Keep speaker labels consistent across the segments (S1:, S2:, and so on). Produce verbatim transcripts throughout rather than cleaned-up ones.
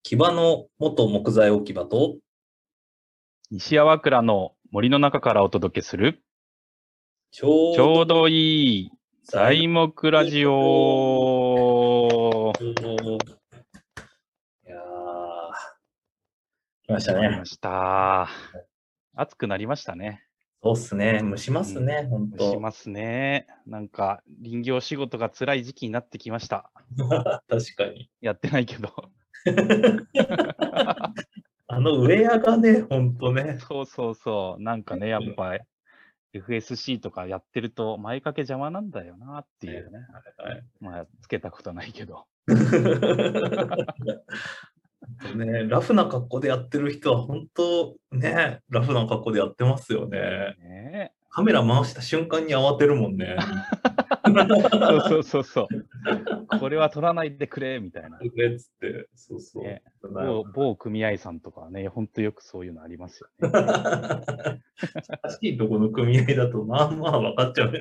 S1: 木場の元木材置き場と、
S2: 西粟倉の森の中からお届けする、
S1: ちょ
S2: ちょう
S1: うど
S2: どいい材木ラジオ。
S1: いやー、来ましたね。
S2: 始まりました。暑くなりましたね。
S1: そうっすね。蒸しますね、
S2: うん
S1: ほんと。
S2: 蒸しますね。なんか林業仕事が辛い時期になってきました。
S1: 確かに。
S2: やってないけど。
S1: あのウェアがね、ほんとね。
S2: そうそうそう。なんかね、やっぱ エフエスシー とかやってると前掛け邪魔なんだよなっていうね。
S1: はいはい
S2: まあ、つけたことないけど。
S1: ね、ラフな格好でやってる人は本当ね、ラフな格好でやってますよね。
S2: ね
S1: カメラ回した瞬間に慌てるもんね。
S2: そうそうそうそう。これは取らないでくれみたいな。
S1: ねっつって、そうそう。
S2: ね、某某組合さんとかはね、ほんとよくそういうのありますよね。
S1: らしいとこの組合だと、まあまあ分かっちゃうね。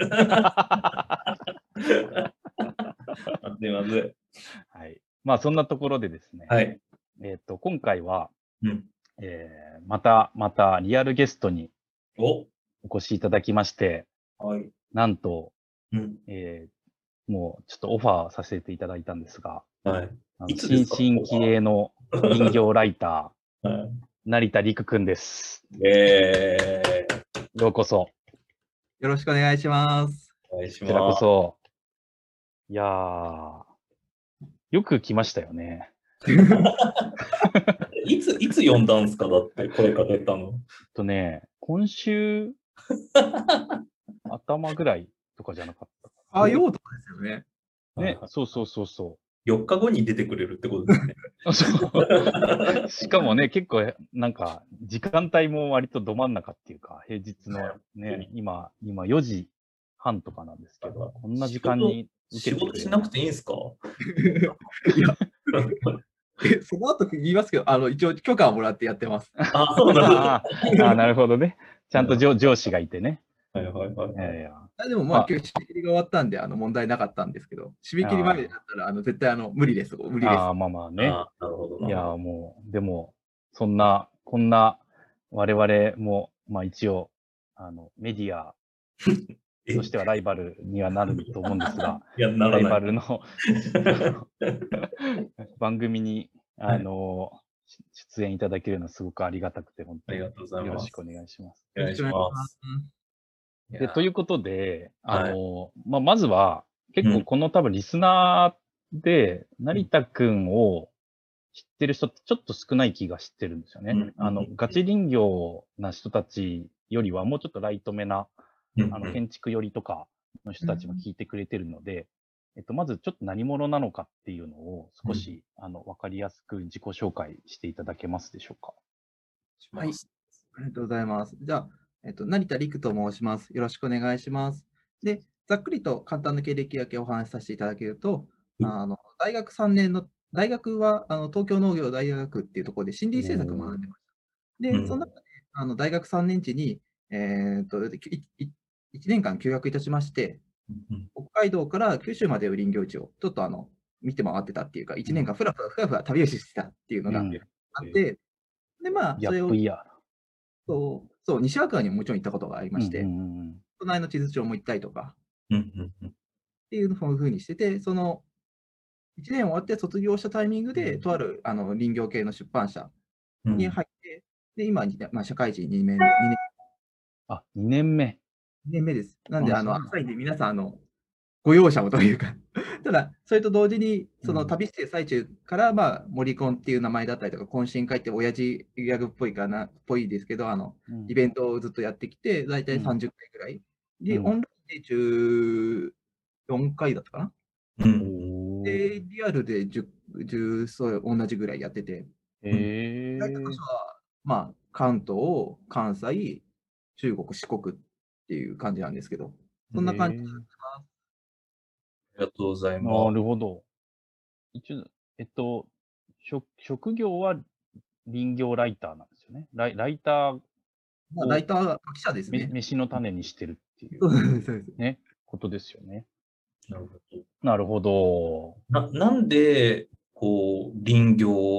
S1: まずいまずい。
S2: はい。まあそんなところでですね、
S1: はい。
S2: えっと、今回は、
S1: うん。
S2: えーまた、またリアルゲストに
S1: お、
S2: お越しいただきまして、
S1: はい。
S2: なんと、
S1: うん。
S2: えーもうちょっとオファーさせていただいたんですが、
S1: はい。
S2: あの
S1: いつですか、
S2: 新進気鋭の林業ライター、
S1: は
S2: 成田陸くんです。
S1: い。えー、
S2: ようこそ。
S3: よろしくお願いします。
S1: お願いし
S2: こちらこ
S1: ます。
S2: そ。いやー、よく来ましたよね。
S1: いつ、いつ読んだんすか、だって、声かけたの。
S2: えっとね、今週頭ぐらいとかじゃなかったか
S3: あ、用途ですよね。
S2: な。ね
S1: はいは、い
S2: そうそうそうそ
S1: よっかごに出てくれるってことですね。
S2: う。そうしかもね、結構、なんか、時間帯も割とど真ん中っていうか、平日のね、今、今よじはんとかなんですけど、こんな時間に受
S1: 仕
S2: けてくれる
S1: 事しなくていいんすか？
S3: いや、えその後言いますけど、あの一応許可をもらってやってます。
S1: あ、そうなんだ。
S2: ああ、なるほどね。ちゃんと上上司がいてね。
S1: はいはいはいはい。
S2: いやいや。
S3: あでもまあ
S2: あ
S3: 今日締め切りが終わったんであの問題なかったんですけど、締め切り前だったらあの絶対あの無理です。無理です。
S2: ああ、まあまあね。
S1: あなるほどな。
S2: いや、もう、でも、そんな、こんな、我々も、まあ一応、あの、メディア
S1: え
S2: としてはライバルにはなると思うんですが、
S1: いや、な
S2: ライ
S1: らない。
S2: バルの番組に、あの、出演いただけるのはすごくありがたくて、本当に
S1: ありがとうございます。
S2: よろしくお願いします。
S1: お願いします。
S2: で、ということで、あ
S1: はい
S2: の、まあ、まずは、結構この多分リスナーで、成田くんを知ってる人ってちょっと少ない気がしてるんですよね。
S1: うん
S2: あの、ガチ林業な人たちよりはもうちょっとライトめな、
S1: うん
S2: あの、建築寄りとかの人たちも聞いてくれてるので、えっと、まずちょっと何者なのかっていうのを少し、あの、わかりやすく自己紹介していただけますでしょうか。
S3: はい。ありがとうございます。じゃあ、えっと、成田陸と申します。よろしくお願いします。で、ざっくりと簡単な経歴だけお話しさせていただけると、
S1: うん
S3: あの大学さんねんの、大学はあの東京農業大学っていうところで森林政策を学んでました。で、
S1: うん
S3: その中であの大学さんねん時に、えー、といいいちねんかん休学いたしまして、
S1: うん
S3: 北海道から九州までの林業地をちょっとあの見て回ってたっていうか、いちねんかんふらふらふらふら旅をしてたっていうのが
S2: うん
S3: あって、で、まあ、
S2: ギャ
S3: それを
S2: ップイヤー。
S3: そう、そう西川にももちろん行ったことがありまして、
S2: うんうんうん
S3: 隣の地図帳も行ったりとか
S1: うんうんうん
S3: っていうふうにしてて、そのいちねん終わって卒業したタイミングで、とあるあの林業系の出版社
S1: うん
S3: に入って、で今、まあ、社会人にねんめ、にねん
S2: あ、にねんめ。
S3: にねんめです。なんで、あの、
S2: あそうなんだ
S3: 浅いんで、皆さん、あの、ご容赦をというか、ただ、それと同時に、その
S2: うん
S3: 旅してる最中から、まあ、森コンっていう名前だったりとか、懇親会って親父ギャグっぽいかな、っぽいですけど、あの、
S2: うん
S3: イベントをずっとやってきて、大体さんじゅっかいぐらい。で、
S2: うん
S3: オンラインでじゅうよんかいだったかな。
S1: うん
S2: おー
S3: で、リアルでじゅう、じゅうそう同じぐらいやってて、
S2: へ
S3: 大体場
S2: ー
S3: 所は、まあ、関東、関西、中国、四国っていう感じなんですけど、そんな感じで
S2: へー
S3: やってます。
S1: ありがとうござい
S2: な
S1: ます。
S2: るほど。一応、えっと、職職業は林業ライターなんですよね。ライライター
S3: まあ、ライター、記者です
S2: め
S3: ね。
S2: 飯の種にしてるってい
S3: そううです、そうです。
S2: ね、ことですよね。
S1: なるほど。
S2: なるほど。
S1: ななんで、こう、林業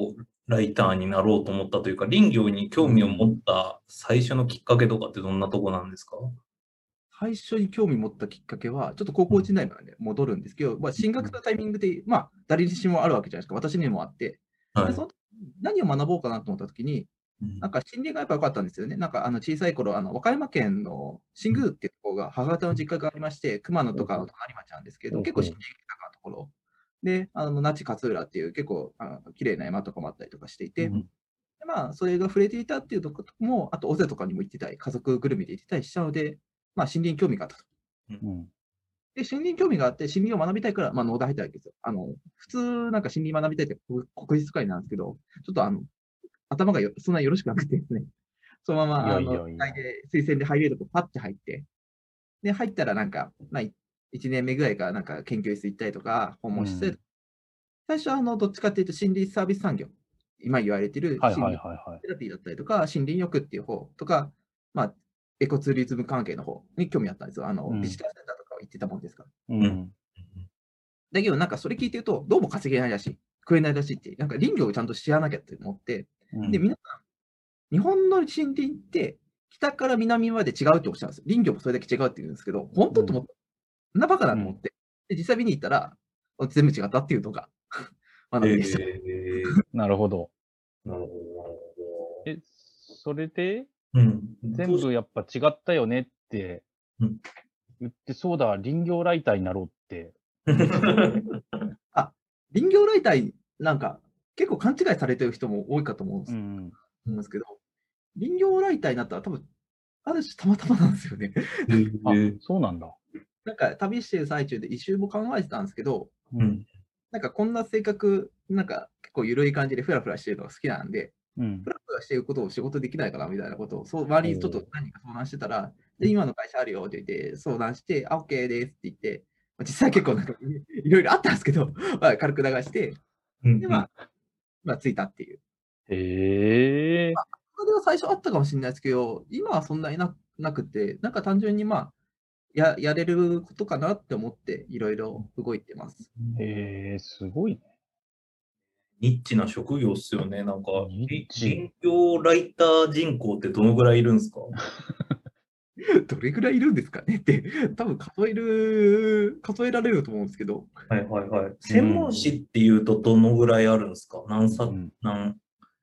S1: ライターになろうと思ったというか、林業に興味を持った最初のきっかけとかってどんなとこなんですか？
S3: 最初に興味持ったきっかけは、ちょっと高校時代まで戻るんですけど、まあ、進学するタイミングで、まあ、誰にしもあるわけじゃないですか。私にもあって。で、
S1: はい。
S3: その時何を学ぼうかなと思った時に、
S1: うん
S3: なんか森林がやっぱ良かったんですよね。なんかあの小さい頃、あの和歌山県の新宮っていうところが母方の実家がありまして、熊野とかの隣町なんですけど、結構森林豊かなところ。で、あの那智勝浦っていう結構あの綺麗な山とかもあったりとかしていて、
S2: うん
S3: でまあ、それが触れていたっていうところも、あと尾瀬とかにも行ってたり、家族ぐるみで行ってたりしたので、まあ、森林興味があったと。
S2: うん
S3: で、森林興味があって、森林を学びたいから、まあ、農大入ったわけですよ。あの、普通、なんか森林学びたいって国国立会なんですけど、ちょっとあの、頭がよそんなよろしくなくてですね、そのま
S2: い
S3: ま、あの、
S2: やいやいや。
S3: で推薦で入れるとパッて入って、で、入ったらなんか、まあ、いいちねんめぐらいからなんか研究室行ったりとか、訪問して、
S2: うん
S3: 最初はあの、どっちかっていうと森林サービス産業、今言われてる
S2: はいはい
S3: 森林
S2: はいはい。
S3: セラピーだったりとか、森林浴っていう方とか、まあ、エコツーリズム関係の方に興味あったんですよ。あの、
S2: うん
S3: ビジターセンターとかを行ってたもんですから。
S2: うん
S1: うん
S3: だけど、なんかそれ聞いてると、どうも稼げないらしい、食えないらしいって、なんか林業をちゃんと知らなきゃって思って、で、
S2: うん
S3: 皆さん、日本の森林って、北から南まで違うっておっしゃるんですよ。林業もそれだけ違うって言うんですけど、本当と思った。そんなバカだと思って。で、実際見に行ったら、全部違ったっていうのが学びでした。
S1: え
S2: なるほど。
S1: ー、なるほど、なるほ
S2: え、それで、
S1: ど。うん。
S2: 全部やっぱ違ったよねって
S1: うん
S2: 言って、そうだ、林業ライターになろうって。
S3: あ、林業ライターなんか、結構勘違いされてる人も多いかと思うんです
S2: うん。
S3: 思うんですけど、林業ライターになったら多分、ある種たまたまなんですよね。
S2: あ
S1: えー、
S2: そうなんだ。
S3: なんか旅してる最中で一周も考えてたんですけど、
S2: うん。
S1: うん。
S3: なんかこんな性格、なんか結構緩い感じでフラフラしてるのが好きなんで、
S2: うん
S3: フ。ラフラしてることを仕事できないかなみたいなことを、そう周りにちょっと何人か相談してたら、で、今の会社あるよって言って相談して、あ、OK ですって言って、まあ実際結構なんかいろいろあったんですけど、まあ、軽く流して、
S1: うん
S3: で、まあ、まあ、ついたっていう。
S2: へえ。
S3: それは最初あったかもしれないですけど、今はそんなにななくて、なんか単純にまあ、ややれることかなって思っていろいろ動いてます。
S2: へえ、すごいね。
S1: ニッチな職業っすよね。なんか、
S2: ニッ
S1: り
S2: チ。
S1: 林業ライター人口ってどのぐらいいるんですか？
S3: どれぐらいいるんですかねって、多分数える、数えられると思うんですけど、
S1: はいはいはい。専門誌っていうとどのぐらいあるんですか？何冊、
S2: うん
S1: 何、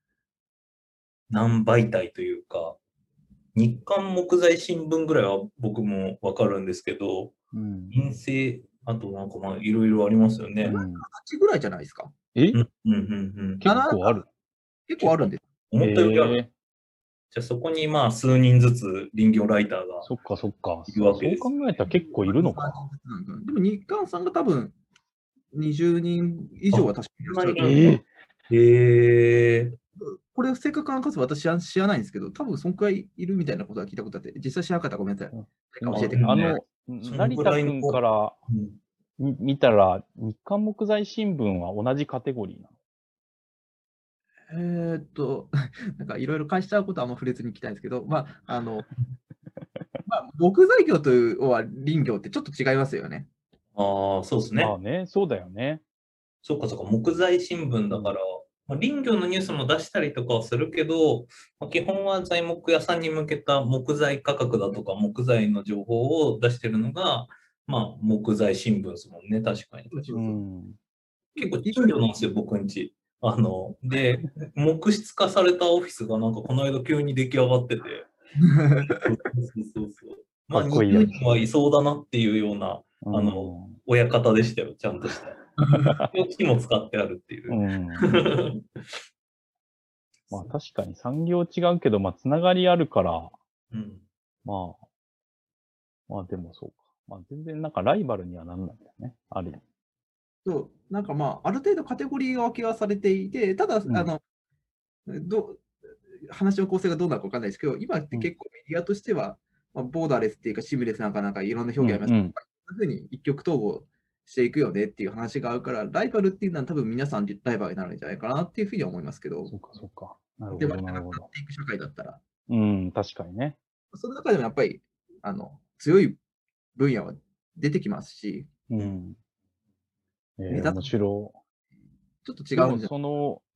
S1: 何媒体というか。日刊木材新聞ぐらいは僕もわかるんですけど、
S2: うん。
S1: 陰性、あとなんかまあいろいろありますよね。
S2: うん。
S3: はちぐらいじゃないですか。
S2: え
S1: うんうんうん
S2: 結構ある。
S3: 結構あるんです。
S1: うん。思ったよりある。
S2: へえ。
S1: じゃあそこにまあ数人ずつ林業ライターが
S2: そっかそっか。
S1: いるわけ
S2: そう
S1: ですよね。
S2: 考えたら結構いるのか。
S3: でも日刊さんが多分にじゅうにん以上は確かにいらっしゃると思う。
S2: ええ。
S1: へえ。
S3: これ正確な数私は知らないんですけど、多分そんくらいいるみたいなことは聞いたことあって、実際知らなかったらごめんなさい。
S2: ま
S3: 教えてください。
S2: あの、
S1: その
S2: 成田
S1: ぐらいの
S2: 君から
S1: うん
S2: み見たら、日刊木材新聞は同じカテゴリーなの。
S3: えーっと、なんかいろいろ返しちゃうことはあんま触れずにいきたいんですけど、まあ、あの、まあ、木材業というは林業ってちょっと違いますよね。
S1: ああ、そうですね。
S2: まあね、そうだよね。
S1: そっかそっか、木材新聞だから、まあ、林業のニュースも出したりとかはするけど、まあ、基本は材木屋さんに向けた木材価格だとか木材の情報を出してるのが、まあ、木材新聞ですもんね、確かに。
S3: そうそうそう。
S2: うん。
S1: 結構近所なんですよ、僕んち。あの、で、木質化されたオフィスがなんかこの間急に出来上がってて、そうそうそうそう。まあ、
S2: かっこいいやつ
S1: にじゅうにんはいそうだなっていうような、あの、
S2: うん
S1: 親方でしたよ、ちゃんとした。木も使ってあるっていうう。
S2: ん。まあ確かに産業違うけど、まあつながりあるから、
S1: うん
S2: まあ、まあでもそうか。まあ全然なんかライバルにはなんないんだよね。ある意味。
S3: そうなんかまあ、ある程度カテゴリー分けはされていて、ただ、
S2: うん
S3: あのど話の構成がどうなるか分かんないですけど、今って結構メディアとしては、まあ、ボーダーレスっていうか、シムレスなんかなんかいろんな表現ありますけど、
S2: うんうん
S3: そういうふうに一極統合していくよねっていう話があるから、ライバルっていうのは多分皆さんライバルになるんじゃないかなっていうふうには思いますけど、
S2: そうかそうか。なるほ
S3: で
S2: どなるほど
S3: 割りなくなっ。ていく社会だったら、
S2: うん、確かにね。
S3: その中でもやっぱりあの強い分野は出てきますし、
S2: うん。えー、
S3: 目立つ
S2: 面白
S3: ちょっと
S2: い。でも
S3: 違うんじゃ
S2: その、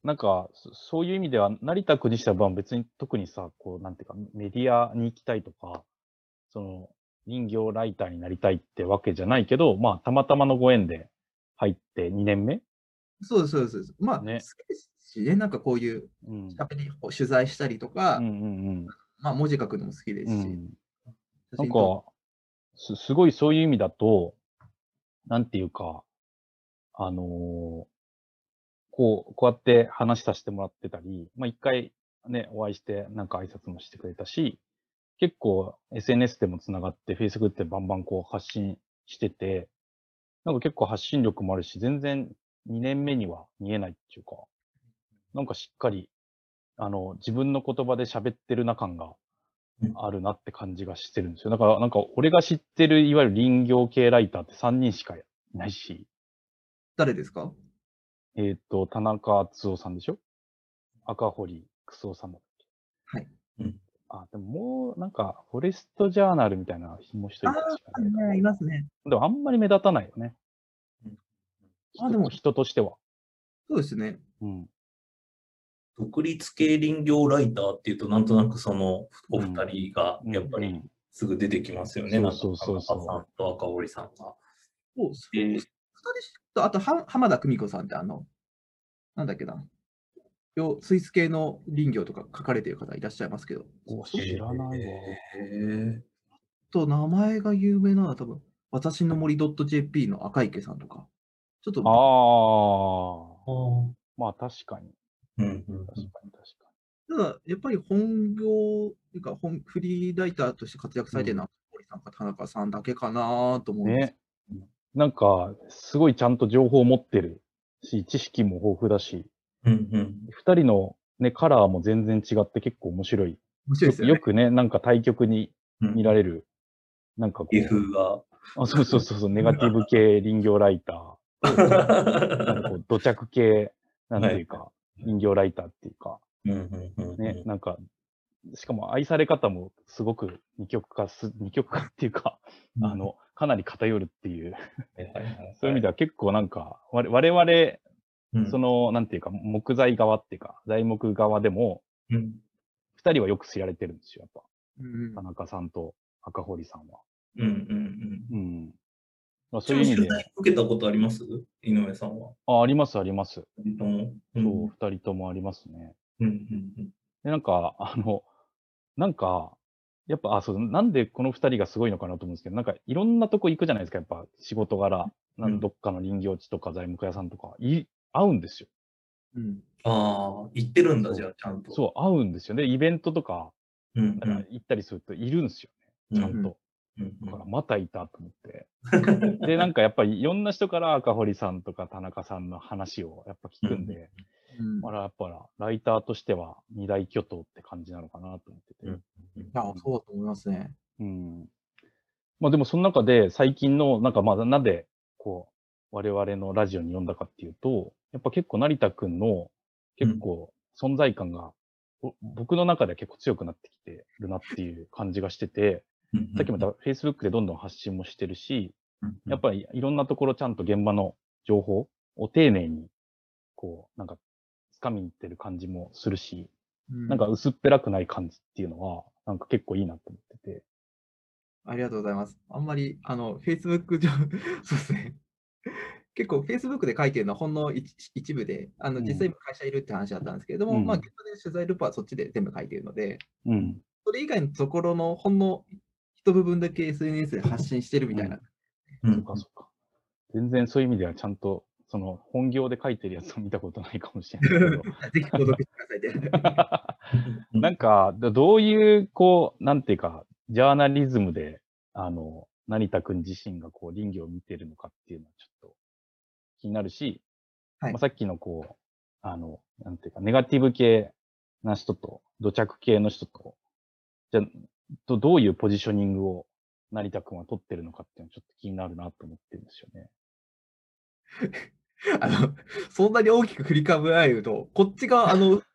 S2: なんか、そそういう意味では、成田君にしては、まあ別に特にさ、こう、なんていうか、メディアに行きたいとか、その、林業ライターになりたいってわけじゃないけど、まあ、たまたまのご縁で入ってにねんめ
S3: そうです、そうですそうです。まあ、好き
S2: ね。
S3: ですしね、なんかこういう
S2: うん。
S3: 喋りを取材したりと
S2: うん
S3: か、
S2: うん
S3: まあ文字書くのも好きで
S2: うん。う
S3: すし、
S2: ん。
S3: 写真撮っ
S2: なんか、す、すごいそういう意味だと、なんていうか、あのーこう、こうやって話させてもらってたり、まあ一回ね、お会いしてなんか挨拶もしてくれたし、結構 エスエヌエス でもつながって、Facebook でバンバンこう発信してて、なんか結構発信力もあるし、全然にねんめには見えないっていうか、なんかしっかり、あの、自分の言葉で喋ってるな感が
S1: うん
S2: あるなって感じがしてるんですよ。だからなんか俺が知ってるいわゆる林業系ライターってさんにんしかいないし、
S3: 誰ですか？
S2: えっと、田中敦夫さんでしょ？赤堀楠夫さんだっけ？
S3: はい。
S1: うん
S2: あ、でももうなんか、フォレストジャーナルみたいなもう一人
S3: あ
S2: いたし、
S3: あ、ね、いますね。
S2: でもあんまり目立たないよね。
S1: うん
S3: あ、で
S2: 人
S3: も、
S2: 人としては。
S3: そうですね。
S2: うん。
S1: 独立系林業ライターっていうと、なんとなくそのお二
S2: うん。
S1: 人が
S2: うん。
S1: やっぱり
S2: うん。
S1: すぐ出てきますよね。なんか
S2: そうそう
S1: 田中さ
S2: そうそ
S1: んと赤堀さんが。
S3: そうそう。
S1: で、
S3: ふたりと、あと、は浜田久美子さんってあの、なんだっけな。よスイス系の林業とか書かれている方いらっしゃいますけど、
S2: う。お、
S3: その
S2: 知らないわ。
S1: へ
S3: と名前が有名なのは多分、私の森 .jp の赤池さんとか、ちょっと、
S2: ああ。
S1: ああ、
S2: まあ確かに。
S1: うんうん
S2: 確かに確か
S3: ただ、やっぱり本業というか、本フリーライターとして活躍されてるのは、森さんか田中さんだけかなと思う
S2: に。
S3: んです。
S2: ね。なんか、すごいちゃんと情報を持ってるし、知識も豊富だし、
S1: うんうん
S2: 二人のね、カラーも全然違って結構面白い。よく、
S3: 面白いですよね。
S2: よくね、なんか対極に
S1: うん
S2: 見られる、なんか
S1: 芸
S2: こ
S1: 風が。
S2: う、あ、そうそうそうそう、ネガティブ系林業ライターと、なんかこう、土着系、なん
S1: はい。
S2: ていうか、林業ライターっていうか、
S1: うんうんうん
S2: ね、
S1: う
S2: なんか、しかも愛され方もすごく二極化す、二極化っていうか、
S1: ん
S2: あの、かなり偏るっていう、
S1: はいはいはい
S2: そういう意味で
S1: は
S2: は結構なんか、我我々、
S1: うん
S2: その、なんていうか、木材側っていうか、材木側でも、
S1: うん
S2: 二人はよく知られてるんですよ、やっぱ。
S3: うん
S2: 田中さんと赤堀さんは。
S1: うんうんうん
S2: うん。まあ、
S1: ちなみに取
S2: そういう意味で、
S1: 材受けたことあります井上さんは。
S2: あ、あります、あります。
S1: 二人とも。うん
S2: そう、二人ともありますね。
S1: うんうん
S2: で、なんか、あの、なんか、やっぱ、あ、そう、なんでこの二人がすごいのかなと思うんですけど、なんかいろんなとこ行くじゃないですか、やっぱ仕事柄。な
S1: うんん
S2: どっかの林業地とか材木屋さんとか、い、合うんですよ。
S3: うん
S1: ああ、行ってるんだ、
S2: そう。
S1: じゃあ、ちゃんと。
S2: そう、合うんですよね。イベントとか、
S1: うん
S2: なんか行ったりするといるんですよね。
S1: うんうん
S2: ちゃんと。
S1: うん
S2: だから、またいたと思って。で、なんかやっぱりいろんな人から赤堀さんとか田中さんの話をやっぱ聞くんで、
S3: うん
S2: まあ、やっぱライターとしては二大巨頭って感じなのかなと思ってて。
S1: うん
S3: あ、そうだと思いますね。
S2: うん。まあでもその中で最近の、なんかまあなんで、こう、我々のラジオに呼んだかっていうと、やっぱ結構成田くんの結構存在感が、お僕の中では結構強くなってきてるなっていう感じがしてて、
S1: うん
S2: さっきも言った Facebook でどんどん発信もしてるし、
S1: うん
S2: やっぱりいろんなところちゃんと現場の情報を丁寧に、こう、なんか、掴みに行ってる感じもするし、
S3: うん
S2: なんか薄っぺらくない感じっていうのは、なんか結構いいなと思ってて。
S3: ありがとうございます。あんまり、あの、Facebook 上、そうですね。結構 Facebook で書いてるのはほんの一一部で、あの、
S2: うん
S3: 実際今会社いるって話だったんですけれども、
S2: うん
S3: まあ、現場で取材ルポはそっちで全部書いているので、
S2: うん。
S3: それ以外のところのほんの一部分だけ エスエヌエス で発信してるみたいな。
S1: うん
S2: そっかそっか。全然そういう意味ではちゃんと、その本業で書いてるやつを見たことないかもしれないけど。
S3: ぜひ購読してくださいって。
S1: うん
S2: なんか、どどういう、こう、なんていうか、ジャーナリズムで、あの、成田くん自身がこう、林業を見てるのかっていうのはちょっと気になるし、
S3: はい
S2: まあ、さっきのこう、あの、なんていうか、ネガティブ系な人と、土着系の人と、じゃあ、どどういうポジショニングを成田くんは取ってるのかっていうのはちょっと気になるなと思ってるんですよね。
S3: あの、そんなに大きく振りかぶられると、こっちが、あの、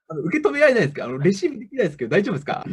S3: あの受け止められないですか？あのレシーブできないですけど、大丈夫ですか？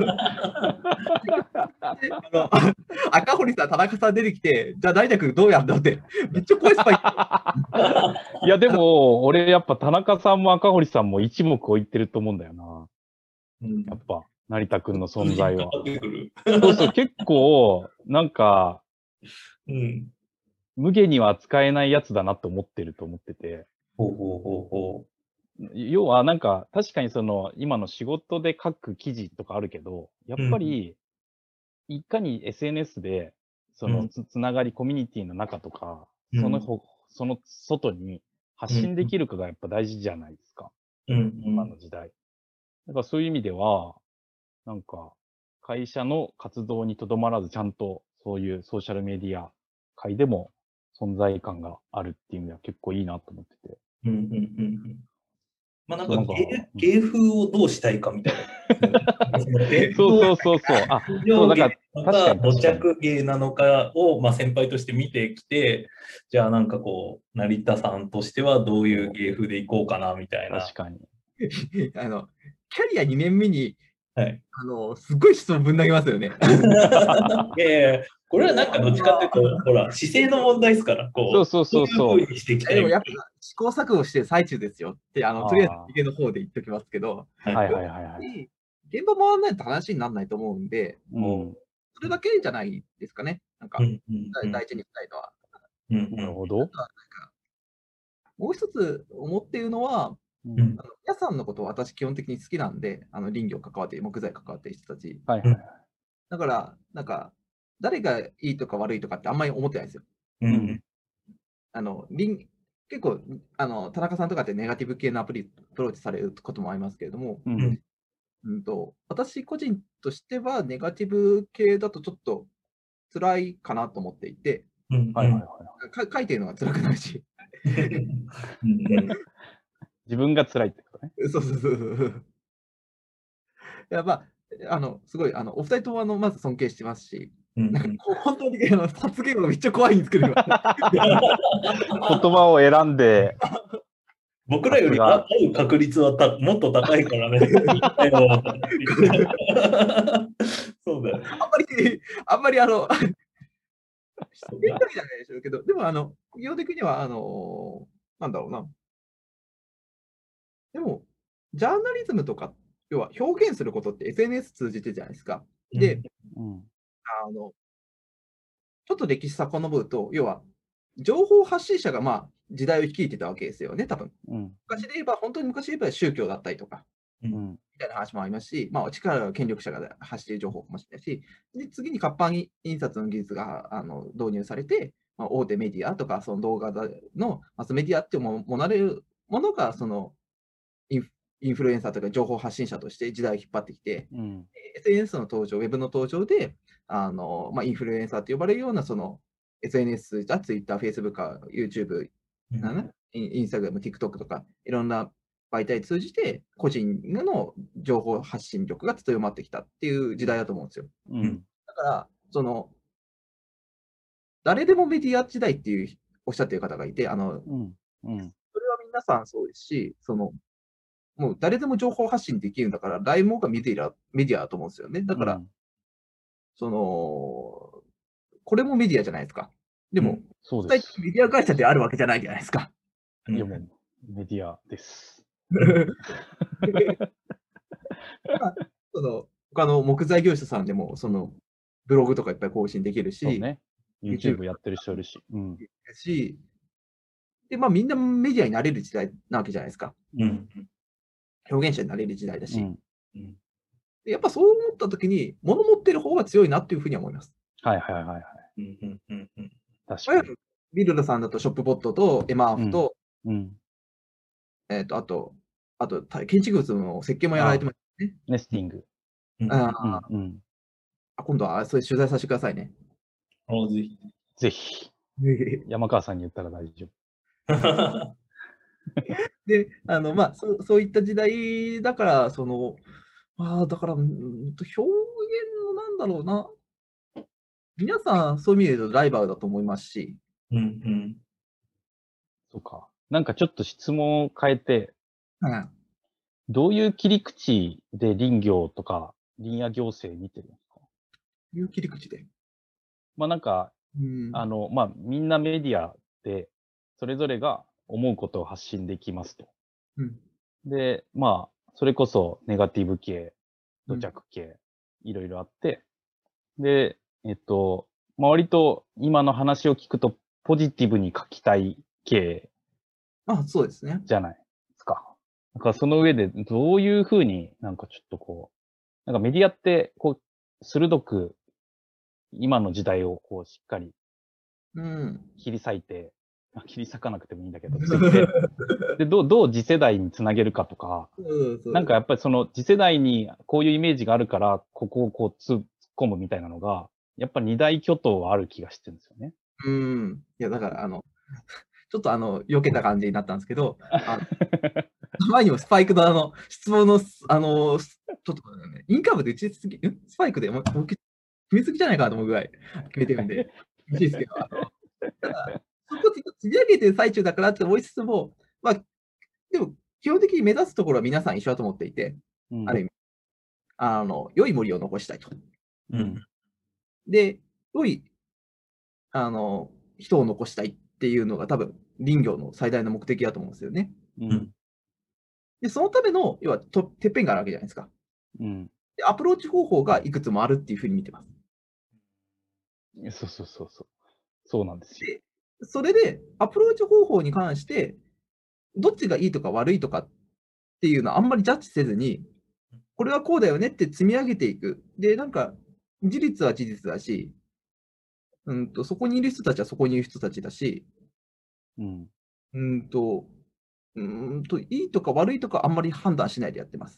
S3: であの赤堀さん、田中さん出てきて、じゃあ成田君どうやんだって、めっちゃ怖いスパイ
S2: いや、でも、俺やっぱ田中さんも赤堀さんも一目置いてると思うんだよな。
S1: うん
S2: やっぱ、成田くんの存在は。
S1: かかってくる。
S2: そうそう、結構、なんか、
S1: うん。
S2: 無下には扱えないやつだなと思ってると思ってて。
S1: ほうほうほうほ
S2: 要は、なんか、確かにその、今の仕事で書く記事とかあるけど、やっぱり、いかに エスエヌエス で、そのつ、つながり、コミュニティの中とか、
S1: うん
S2: そのほ、その外に発信できるかがやっぱ大事じゃないですか。
S1: う。うん。
S2: 今の時代。だからそういう意味では、なんか、会社の活動にとどまらず、ちゃんとそういうソーシャルメディア界でも存在感があるっていう意味では結構いいなと思ってて。
S1: うんうんうんうん。まあなんか
S2: そうなんか
S1: 芸、芸風をどうしたいかみたいな。その伝
S2: そう
S1: 統
S2: そうそうそう。あ、
S1: 上
S2: そう、だか
S1: 芸
S2: ら、
S1: なのか、
S2: 確かに
S1: 土
S2: 確かに。
S1: 着芸なのかを、まあ、先輩として見てきて、じゃあなんかこう、成田さんとしてはどういう芸風でいこうかなみたいな。
S2: 確かに。
S3: あの、キャリアにねんめに、
S1: はい。
S3: あの、すごい質問ぶん投げますよね。
S1: いやいや、これはなんかどっちかっていうと、ほら、姿勢の問題ですから、こう、
S2: そうそうそうそう
S1: こういう風にしていきた
S3: えでもやっぱ
S1: いみたい
S3: 試行錯誤してる最中ですよって、あの、とりあえず
S2: あー
S3: 家の方で言っときますけど、
S1: な。
S2: はいはいはいはい。
S3: い現場回らないと話にならないと思うんで、
S2: うん。
S3: それだけじゃないですかね。なんか、
S1: うんうんうん
S3: 大事にしたいのは。
S1: うんうん
S2: なるほど。
S3: もう一つ思っているのは、
S2: うん
S1: うん
S3: あの皆さんのことを私基本的に好きなんで、あの林業関わって、木材関わっている人たち。
S2: はいはいはい。
S3: だから、なんか、誰がいいとか悪いとかってあんまり思ってないんですよ。
S1: うんうん
S3: あの林結構あの、田中さんとかってネガティブ系のアプリアプローチされることもありますけれども、
S2: う
S1: うん
S2: ん。
S3: うんと、私個人としては、ネガティブ系だとちょっと辛いかなと思っていて、
S1: うん
S2: はいはいはい。
S3: か書いてるのが辛くないし、
S1: うん
S2: 自分が辛いってことね。
S3: そうそうそうそう。いや、まあ、あの、すごい、あの、お二人とも、あの、まず尊敬してますし、
S1: うん
S3: なんか、こう、本当に、あの、発言がめっちゃ怖いんですけど、今
S2: 言葉を選んで、
S1: 僕らより
S2: さすが
S1: 会う確率はたもっと高いからね。そうだよ。
S3: あんまり、あんまり、あの、失礼じゃないでしょうけど、でも、あの、基本的には、あの、なんだろうな。でも、ジャーナリズムとか、要は表現することって エスエヌエス 通じてじゃないですか。で、
S2: うん。
S3: あの、ちょっと歴史遡ると、要は、情報発信者が、まあ、時代を率いてたわけですよね、多分。
S2: うん。
S3: 昔で言えば、本当に昔で言えば宗教だったりとか、
S2: うん。
S3: みたいな話もありますし、まあ、力が権力者が発している情報かもしれないし、で次に活版印刷の技術があの導入されて、まあ、大手メディアとか、その動画のマスメディアってももなれるものが、そのインフインフルエンサーとか情報発信者として時代を引っ張ってきて、
S2: うん。
S3: エスエヌエス の登場、ウェブの登場で、あのまあ、インフルエンサーと呼ばれるようなその エスエヌエス、じゃ Twitter、Facebook、YouTube、なんだインスタグラム、TikTok とか、いろんな媒体通じて、個人の情報発信力が強まってきたっていう時代だと思うんですよ。
S2: うん。
S3: だから、その、誰でもメディア時代っていうおっしゃってる方がいて、あの、
S2: うん。うん。
S3: それは皆さんそうですし、その、もう誰でも情報発信できるんだから、ライモがメディアメディアだと思うんですよね。だから、その、これもメディアじゃないですか。でも、
S2: そうです。
S3: メディア会社であるわけじゃないじゃないですか。
S2: いやもう、メディアです。
S3: まあその他の木材業者さんでも、そのブログとかいっぱい更新できるし、
S2: そうね。YouTube やってる人いるし。うん。
S3: しで、まあ、みんなメディアになれる時代なわけじゃないですか。
S1: うん
S3: 表現者になれる時代だし。
S2: うん。
S3: でやっぱそう思ったときに、物持ってる方が強いなっていうふうには思います。
S2: はいはいはいはい。
S1: うんうんうんうん
S2: 確かに。
S3: ビルドさんだとショップボットとエマーフと、
S2: うん。
S3: えっと、あと、あと、た建築物の設計もやられてますね。
S2: ネスティング。
S1: うん
S3: あ
S2: うん。うん。
S3: あ今度はそれ取材させてくださいね。
S1: あぜひ。
S2: ぜひ、山川さんに言ったら大丈
S3: で、あの、まあ、そうそういった時代だから、その、まあ、だから、うんと表現のなんだろうな。皆さん、そういう意味で言うとライバルだと思いますし、
S1: うんうん
S2: 夫。そうか。なんかちょっと質問を変えて、
S3: うん。
S2: どういう切り口で林業とか林野行政見てるんですか？
S3: いう切り口で。
S2: まあなんか、
S3: うん。
S2: あの、まあみんなメディアで、それぞれが思うことを発信できますと。
S3: うん。
S2: で、まあ、それこそネガティブ系、土
S3: うん。
S2: 着系、いろいろあって、で、えっと、まあ割と今の話を聞くと、ポジティブに書きたい系
S3: あ、そうですね。
S2: じゃないですか。だからその上で、どういうふうになんかちょっとこう、なんかメディアって、こう、鋭く、今の時代をこう、しっかり
S3: うん。
S2: 切り裂いて、あ切り裂かなくてもいいんだけど、ついて、で、どう、どう次世代につなげるかとか、
S3: そうそう。
S2: なんかやっぱりその次世代にこういうイメージがあるから、ここをこう突っ込むみたいなのが、やっぱ二大巨頭はある気がしてるんですよね。
S3: うん。いや、だから、あの、ちょっとあの、避けた感じになったんですけど、あの、前にもスパイクのあの、質問の、あの、ちょっとね、インカムで打ちすぎ、んスパイクでもう僕決めすぎじゃないかなと思うぐらい決めてるんで、厳しいですけど、あの、ただ、そこ積み上げてる最中だからって思いつつも、まあ、でも、基本的に目指すところは皆さん一緒だと思っていて、
S2: うん
S3: ある意味、あの、良い森を残したいと。
S2: うん
S3: で、良い、あの、人を残したいっていうのが多分、林業の最大の目的だと思うんですよね。
S2: うん
S3: で、そのための、要はと、てっぺんがあるわけじゃないですか。
S2: うん
S3: で、アプローチ方法がいくつもあるっていうふうに見てます。
S2: そうそうそうそう。そうなんですよ。
S3: で、それで、アプローチ方法に関して、どっちがいいとか悪いとかっていうのはあんまりジャッジせずに、これはこうだよねって積み上げていく。で、なんか、事実は事実だし、うんと、そこにいる人たちはそこにいる人たちだし、
S2: うん。
S3: うんと、うんと、いいとか悪いとかあんまり判断しないでやってます。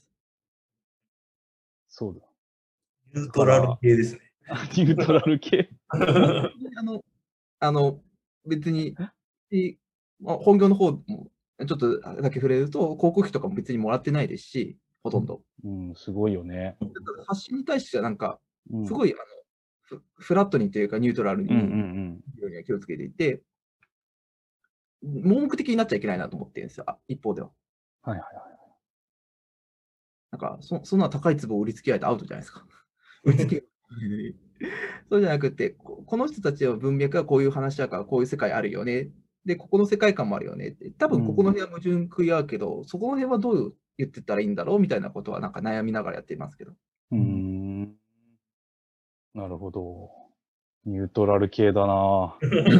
S2: そうだ。
S1: ニュートラル系ですね。
S2: ニュートラル系。
S3: 本当にあの、あの、別に、いまあ、本業の方も、ちょっとだけ触れると、広告費とかも別にもらってないですし、ほとんど。
S2: うん、すごいよね。
S3: だから発信に対してはなんか、
S2: うん。
S3: すごい、あの、フフラットにというかニュートラル
S2: うんうんう
S3: に、
S2: ん。
S3: ようには気をつけていて、盲目的になっちゃいけないなと思ってるんですよ、あ、一方では。
S2: はいはいはい。
S3: なんか、そそんな高い壺を売りつけられてアウトじゃないですか。売りつけそうじゃなくて、ここの人たちの文脈はこういう話だから、こういう世界あるよね。で、ここの世界観もあるよねって。多分ここの辺は矛盾食い合うけど、そこの辺はどう言ってったらいいんだろうみたいなことはなんか悩みながらやっていますけど。
S2: うーん。なるほど。ニュートラル系だな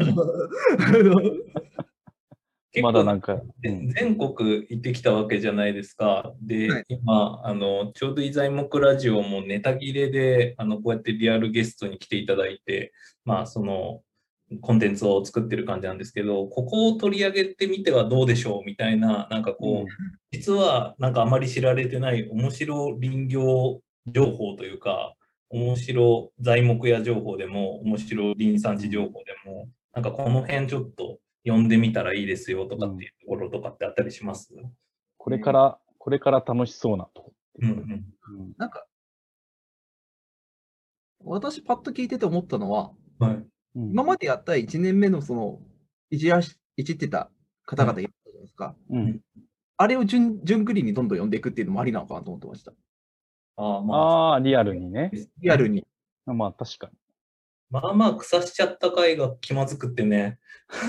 S1: 結構
S2: まだなんか、うん。
S1: 全国行ってきたわけじゃないですか。
S3: は
S1: で
S3: い、
S1: 今、あの、ちょうどい材木ラジオもネタ切れで、あの、こうやってリアルゲストに来ていただいて、まあ、その、コンテンツを作ってる感じなんですけど、ここを取り上げてみてはどうでしょうみたいな、なんかこう、実はなんかあまり知られてない面白林業情報というか、面白材木屋情報でも、面白林産地情報でも、なんかこの辺ちょっと読んでみたらいいですよとかっていうところとかってあったりします？
S2: これから、これから楽しそうなとこ。
S1: うんうん。
S2: うん。
S3: なんか、私パッと聞いてて思ったのは、
S1: はい。
S2: うん
S3: 今までやったいちねんめのその、いじらし、いじってた方々いるじゃないですか。
S2: うん。
S3: あれを順順繰りにどんどん読んでいくっていうのもありなのかなと思ってました。
S1: ああ、まあ、
S2: ああ、リアルにね。
S3: リアルに。
S2: まあ確かに。
S1: まあまあ、腐しちゃった回が気まずくってね。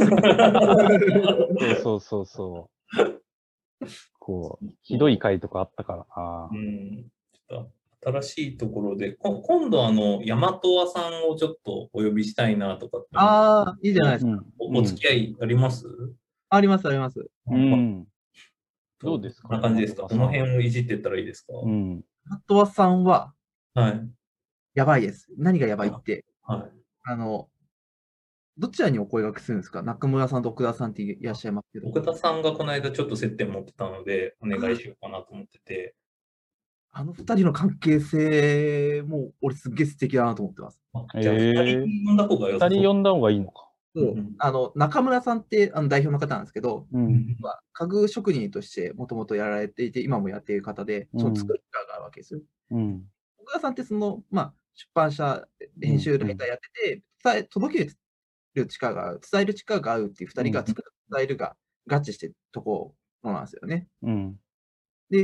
S2: そうそうそうそう。こう、ひどい回とかあったからな
S1: う。ん。ちょっと新しいところで、こ今度あの、大和和さんをちょっとお呼びしたいなとかって思って
S3: ああ、いいじゃないですか。
S2: うん。
S1: おお付き合いあります？
S3: あります、あります。
S2: うん。うん。どうですか
S1: こんな感じですか？
S2: 大和和さん
S1: この辺をいじっていったらいいですか？
S2: うん。
S3: マトワさんは
S1: はい。
S3: やばいです。何がやばいって、
S1: はい。
S3: あの、どちらにお声掛けするんですか？中村さんと奥田さんっていらっしゃいますけど。
S1: 奥田さんがこの間ちょっと接点持ってたので、お願いしようかなと思ってて。
S3: あの二人の関係性も俺すっげえ素敵だなと思ってます。
S1: あじゃあ、
S2: へー
S1: ふたり呼んだ方が良さそう。
S2: 二人呼んだ方がいいのか。
S3: そう
S1: うん
S3: あの中村さんってあの代表の方なんですけど、
S2: うん。
S3: まあ家具職人としてもともとやられていて、今もやっている方で、その作る力があるわけですよ。
S2: うん。
S3: 奥田さんってその、まあ、出版社、編集ライターやってて、伝え届ける力が合う、伝える力が合うっていう二人が作る、伝えるが合致してるところなんですよね。
S2: うん。
S3: で、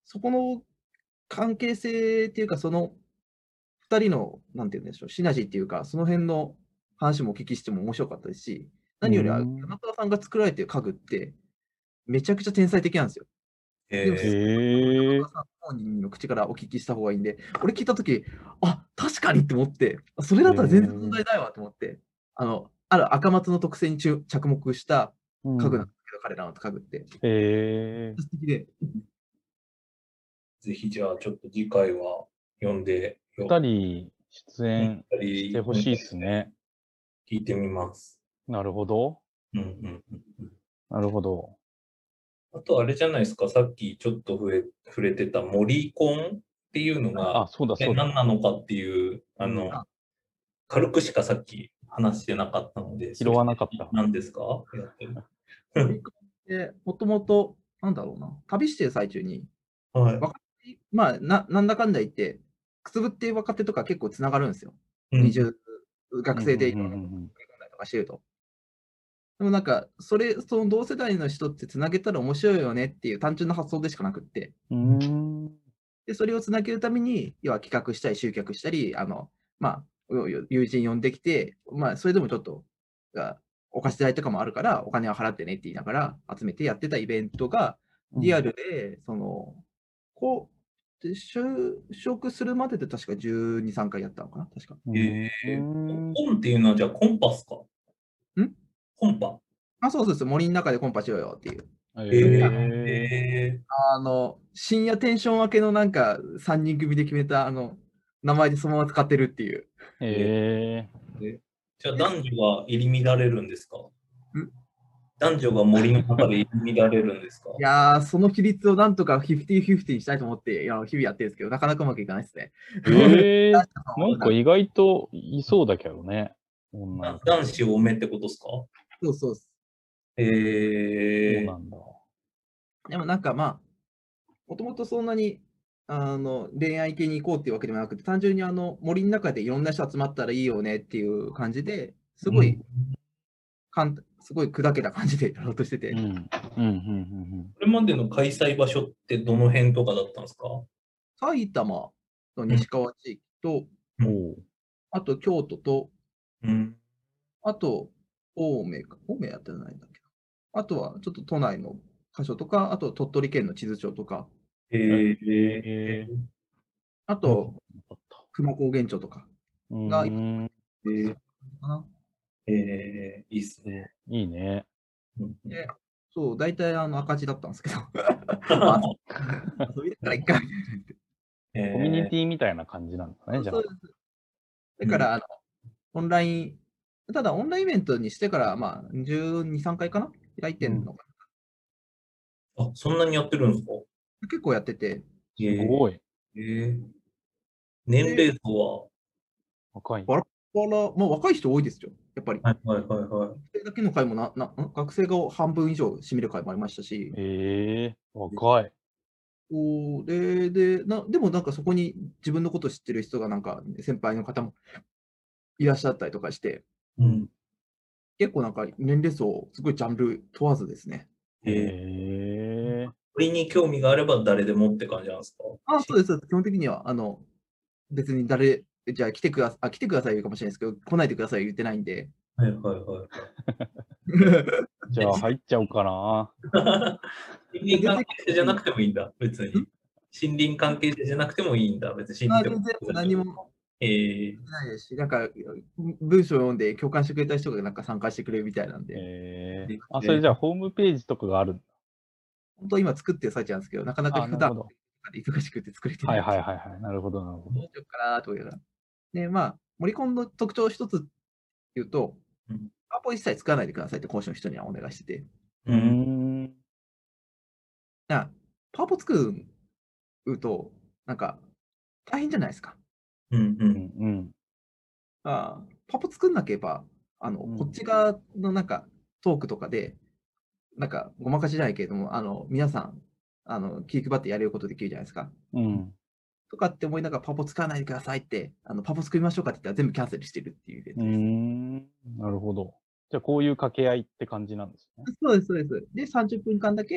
S3: そこの関係性っていうか、そのふたりの、なんて言うんでしょう、シナジーっていうか、その辺の話もお聞きしても面白かったですし、何よりは
S2: うーん
S3: 山川さんが作られている家具ってめちゃくちゃ天才的なんですよ。でも、
S1: え
S3: 山
S2: へえ。
S3: 川さん本人の口からお聞きした方がいいんで、俺聞いたとき、あ、確かにって思って、それだったら全然問題ないわと思って、あの、ある赤松の特性に注着目した
S2: うん。
S3: 家具なんですけど、彼らの家具って。
S2: へえ。
S3: 素敵で。
S1: ぜひじゃあちょっと次回は読んでよ。
S2: 二人出演
S1: 二人
S2: してほしいっすね。
S1: 聞いてみます。
S2: なるほど。
S1: うんうんうんうん。
S2: なるほど。
S1: あとあれじゃないですか、さっきちょっと触れ触れてた森コンっていうのが、
S2: あ、そうだ
S1: え
S2: そうだ。
S1: 何なのかっていう、あ
S2: うん
S1: の、軽くしかさっき話してなかったので、
S2: 拾わなかった。
S1: 何ですかやってる。
S3: 森君って、もともと、なんだろうな、旅してる最中に、
S1: はい。
S3: 若手まあ、ななんだかんだ言って、くすぶっていう若手とか結構つながるんですよ。
S1: うん
S3: にじゅう、学生でい
S2: うん
S3: ろんなこと
S2: うんうんうん
S3: 取り組んだりとかしてると。でもなんか、それ、その同世代の人ってつなげたら面白いよねっていう単純な発想でしかなくって、
S2: うーん。
S3: で、それをつなげるために、要は企画したり集客したり、あの、まあ、よ友人呼んできて、まあ、それでもちょっと、がお貸し代とかもあるから、お金は払ってねって言いながら集めてやってたイベントが、リアルで、その、こう、で就職するまでで確かじゅうに、さんかいやったのかな、確か。
S2: うん。
S1: え
S2: うーん。
S1: コンっていうのはじゃあコンパスか
S3: ん
S1: コンパ。
S3: あ、そうそうそう、森の中でコンパしようよっていう。
S1: え
S2: へえ。
S1: え
S3: あの、深夜テンション明けのなんかさんにん組で決めた、あの、名前でそのまま使ってるっていう。
S2: へえ。
S1: ーじゃあ男女が入り乱れるんですか
S3: ん
S1: 男女が森の中で入り乱れるんですか
S3: いやー、その比率をなんとかフィフティーフィフティーにしたいと思って、いや日々やってるんですけど、なかなかうまくいかないですね。
S2: ええ。なんか意外といそうだけどね。女の子。
S1: 男子多めってことですか
S3: そうそうそ
S1: ええ
S2: そうなんだ。
S3: う。でもなんかまあ、もともとそんなにあの恋愛系に行こうっていうわけでもなくて、単純にあの森の中でいろんな人集まったらいいよねっていう感じですごい、
S1: うん
S3: かんすごい砕けた感じでやろうとしてて、
S2: うん。うん。うん。うん。
S1: これまでの開催場所ってどの辺とかだったんですか
S3: 埼玉の西川地域と、
S2: うん。
S1: うん
S2: おう。
S3: あと京都と、
S1: うん。
S3: あと青梅か、青梅やってないんだけど、あとはちょっと都内の箇所とか、あと鳥取県の地図町とか、
S1: え
S2: え
S1: え
S3: あと
S2: よかった。
S3: 久野高原町とか
S2: う
S3: が、
S2: ーん。
S1: えー
S3: かな。
S1: ええいいっすね。
S2: いいね。
S1: うん
S3: で、そう、大体あの赤字だったんですけど、まあ、遊びだからいっかみたいな言って。
S1: え
S2: コミュニ
S1: ー
S2: ティみたいな感じなんだね、じゃあ
S3: そう。です。だから、あの、オンライン、ただオンラインイベントにしてから、まあ、じゅうに、さんかいかな開いてんのか
S1: あ、そんなにやってるんですか
S3: な。結構やってて、
S2: すごい。
S1: えー年齢層は
S2: 若い。
S3: バラバラ、まあ若い人多いですよ、やっぱり。
S1: はいはいはいはい。
S3: 学生だけの会もな、な、ん学生が半分以上占める会もありましたし、
S2: ええ若い。
S3: これで、な、でもなんかそこに自分のこと知ってる人がなんか先輩の方もいらっしゃったりとかして、
S1: うん。
S3: 結構なんか年齢層、すごいジャンル問わずですね。
S1: えー
S2: ええ
S1: これに興味があれば誰でもって感じなんですか
S3: あ、そうです、そうです。基本的には、あの、別に誰、じゃあ来てください、あ、来てください言うかもしれないですけど、来ないでください言ってないんで。
S1: はいはいはい。
S2: じゃあ入っちゃおうかな。
S1: 森林関係者じゃなくてもいいんだ、別に。森林関係者じゃなくてもいいんだ、別に。
S3: あ、
S1: 森林
S3: 全然何も
S1: えー、
S3: ないですし、なんか、文章を読んで共感してくれた人がなんか参加してくれるみたいなんで、
S2: ええ
S1: で
S2: あ、それじゃあホームページとかがあるんだ。
S3: 本当は今作ってる最中なんですけど、なかなか
S2: あ、
S3: 普段
S2: なるほど。
S3: 忙しくて作れて
S2: は
S3: ないい。
S2: はいはいはい。なるほど、なるほど。
S3: どうしようかなと思いながら。で、まあ、森コンの特徴一つ言うと、
S1: うん
S3: パワポ一切使わないでくださいって講師の人にはお願いしてて、
S2: うーん。
S3: なパワポ作ると、なんか、大変じゃないですか。
S1: うんう
S2: うんんうん。
S3: あパワポ作んなければ、あの、
S2: うん
S3: こっち側のなんかトークとかで、なんかごまかしじゃないけれども、あの、皆さん、あの、気配ってやれることできるじゃないですか。
S2: うん。
S3: とかって思いながら、パワポ使わないでくださいって、あのパワポ作りましょうかって言ったら全部キャンセルしてるっていうイベン
S2: うー
S3: トです。
S2: ん。なるほど。じゃあこういう掛け合いって感じなんですね。
S3: そうです、そうです。で、さんじゅっぷんかんだけ、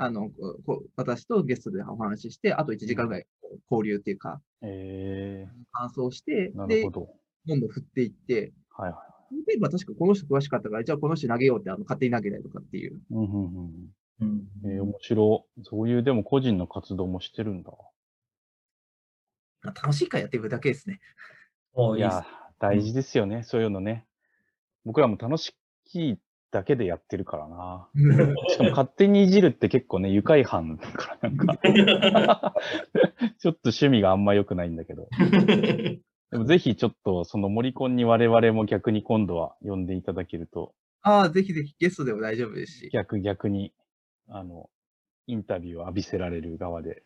S3: あのここ私とゲストでお話しして、あといちじかんぐらい交流っていうか、
S2: え
S3: 感想して、
S2: ー、なる
S3: で、
S2: ほど。
S3: どんどん振っていって、
S2: はいは
S3: 例えば確かこの人詳しかったから、じゃあこの人投げようってあの勝手に投げたりとかっていう。
S2: い。うんうんうん
S1: うん
S2: えー、面白い。そういう、でも個人の活動もしてるんだ。
S3: まあ楽しいからやっていくだけですね。
S1: あ、いいっす。
S2: いや、大事ですよね、そういうのね。僕らも楽しいだけでやってるからな。しかも勝手にいじるって結構ね、愉快犯だからなんかちょっと趣味があんま良くないんだけど。でもぜひちょっとそのモリコンに我々も逆に今度は呼んでいただけると、
S3: ああ、ぜひぜひゲストでも大丈夫ですし。
S2: 逆逆に、あの、インタビューを浴びせられる側で、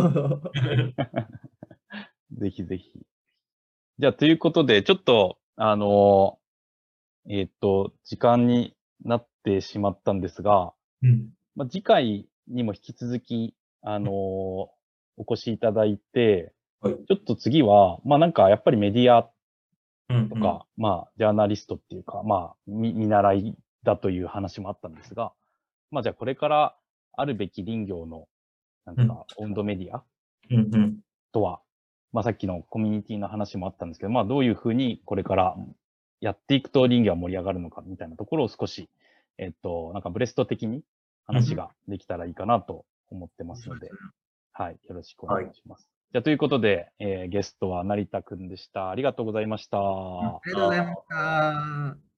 S2: ぜひぜひ。じゃあ、ということで、ちょっと、あの、えっと、時間になってしまったんですが、
S1: うん
S2: まあ、次回にも引き続き、あの、お越しいただいて、
S1: はい
S2: ちょっと次は、まあなんかやっぱりメディア
S1: うん
S2: とか、まあジャーナリストっていうか、まあ見見習いだという話もあったんですが、まあじゃあこれからあるべき林業のなんかオウンドメディア
S1: うんうん
S2: とは、まあさっきのコミュニティの話もあったんですけど、まあどういうふうにこれからやっていくと林業は盛り上がるのかみたいなところを少し、えっと、なんかブレスト的に話ができたらいいかなと思ってますので、はい、よろしくお願いします。じゃあということで、えーゲストは成田くんでした。ありがとうございました。
S3: ありがとうございました。